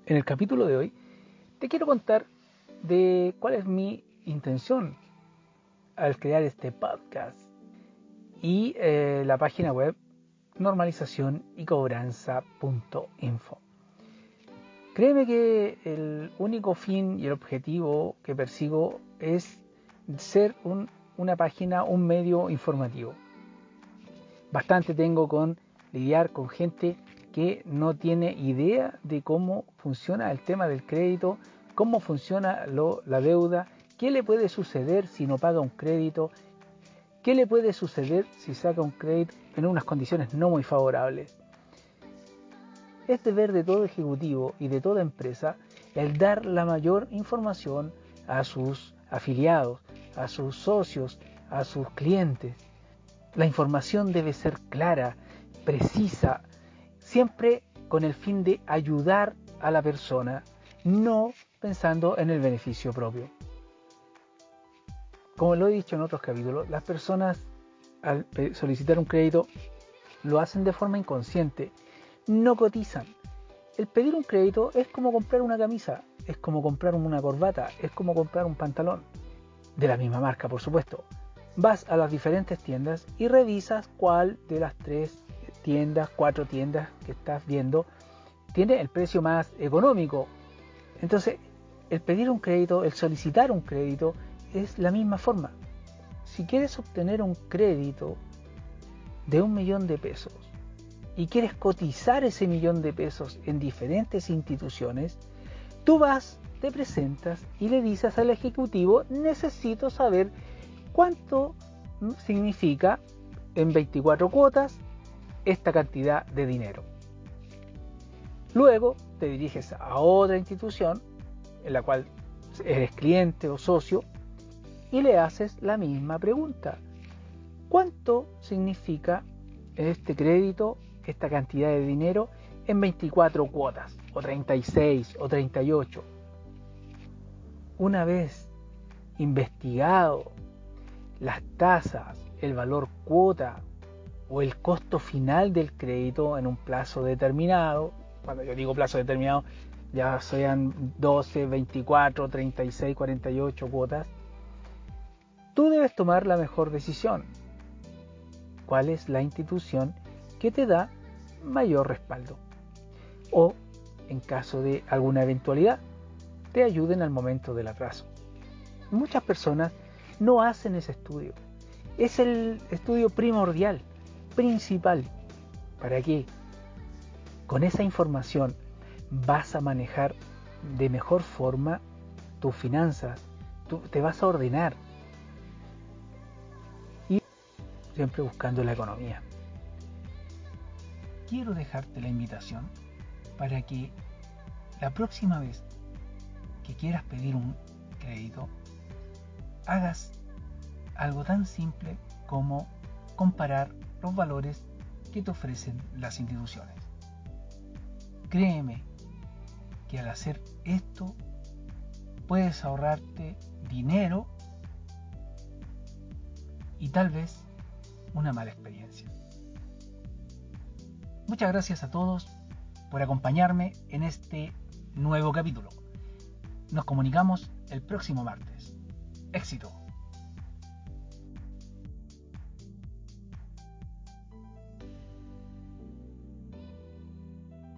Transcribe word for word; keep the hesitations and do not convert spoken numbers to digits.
En el capítulo de hoy te quiero contar de cuál es mi intención al crear este podcast y eh, la página web normalización y cobranza punto info. Créeme que el único fin y el objetivo que persigo es ser un, una página, un medio informativo. Bastante tengo con lidiar con gente que no tiene idea de cómo funciona el tema del crédito, cómo funciona lo, la deuda, qué le puede suceder si no paga un crédito, qué le puede suceder si saca un crédito en unas condiciones no muy favorables. Es deber de todo ejecutivo y de toda empresa el dar la mayor información a sus afiliados, a sus socios, a sus clientes. La información debe ser clara, precisa, siempre con el fin de ayudar a la persona, no pensando en el beneficio propio. Como lo he dicho en otros capítulos, las personas al solicitar un crédito lo hacen de forma inconsciente, no cotizan. El pedir un crédito es como comprar una camisa, es como comprar una corbata, es como comprar un pantalón, de la misma marca, por supuesto. Vas a las diferentes tiendas y revisas cuál de las tres tiendas, cuatro tiendas que estás viendo tiene el precio más económico. Entonces, el pedir un crédito, el solicitar un crédito es la misma forma. Si quieres obtener un crédito de un millón de pesos y quieres cotizar ese millón de pesos en diferentes instituciones, tú vas, te presentas y le dices al ejecutivo: necesito saber cuánto significa en veinticuatro cuotas esta cantidad de dinero. Luego te diriges a otra institución en la cual eres cliente o socio y le haces la misma pregunta: ¿cuánto significa este crédito, esta cantidad de dinero en veinticuatro cuotas, o treinta y seis o treinta y ocho? Una vez investigado las tasas, el valor cuota o el costo final del crédito en un plazo determinado, cuando yo digo plazo determinado, ya sean doce, veinticuatro, treinta y seis, cuarenta y ocho cuotas, tú debes tomar la mejor decisión. ¿Cuál es la institución que te da mayor respaldo? O, en caso de alguna eventualidad, te ayuden al momento del atraso. Muchas personas no hacen ese estudio. Es el estudio primordial, principal. ¿Para qué? Con esa información vas a manejar de mejor forma tus finanzas, tú te vas a ordenar y siempre buscando la economía. Quiero dejarte la invitación para que la próxima vez que quieras pedir un crédito hagas algo tan simple como comparar los valores que te ofrecen las instituciones. Créeme que al hacer esto puedes ahorrarte dinero y tal vez una mala experiencia. Muchas gracias a todos por acompañarme en este nuevo capítulo. Nos comunicamos el próximo martes. Éxito.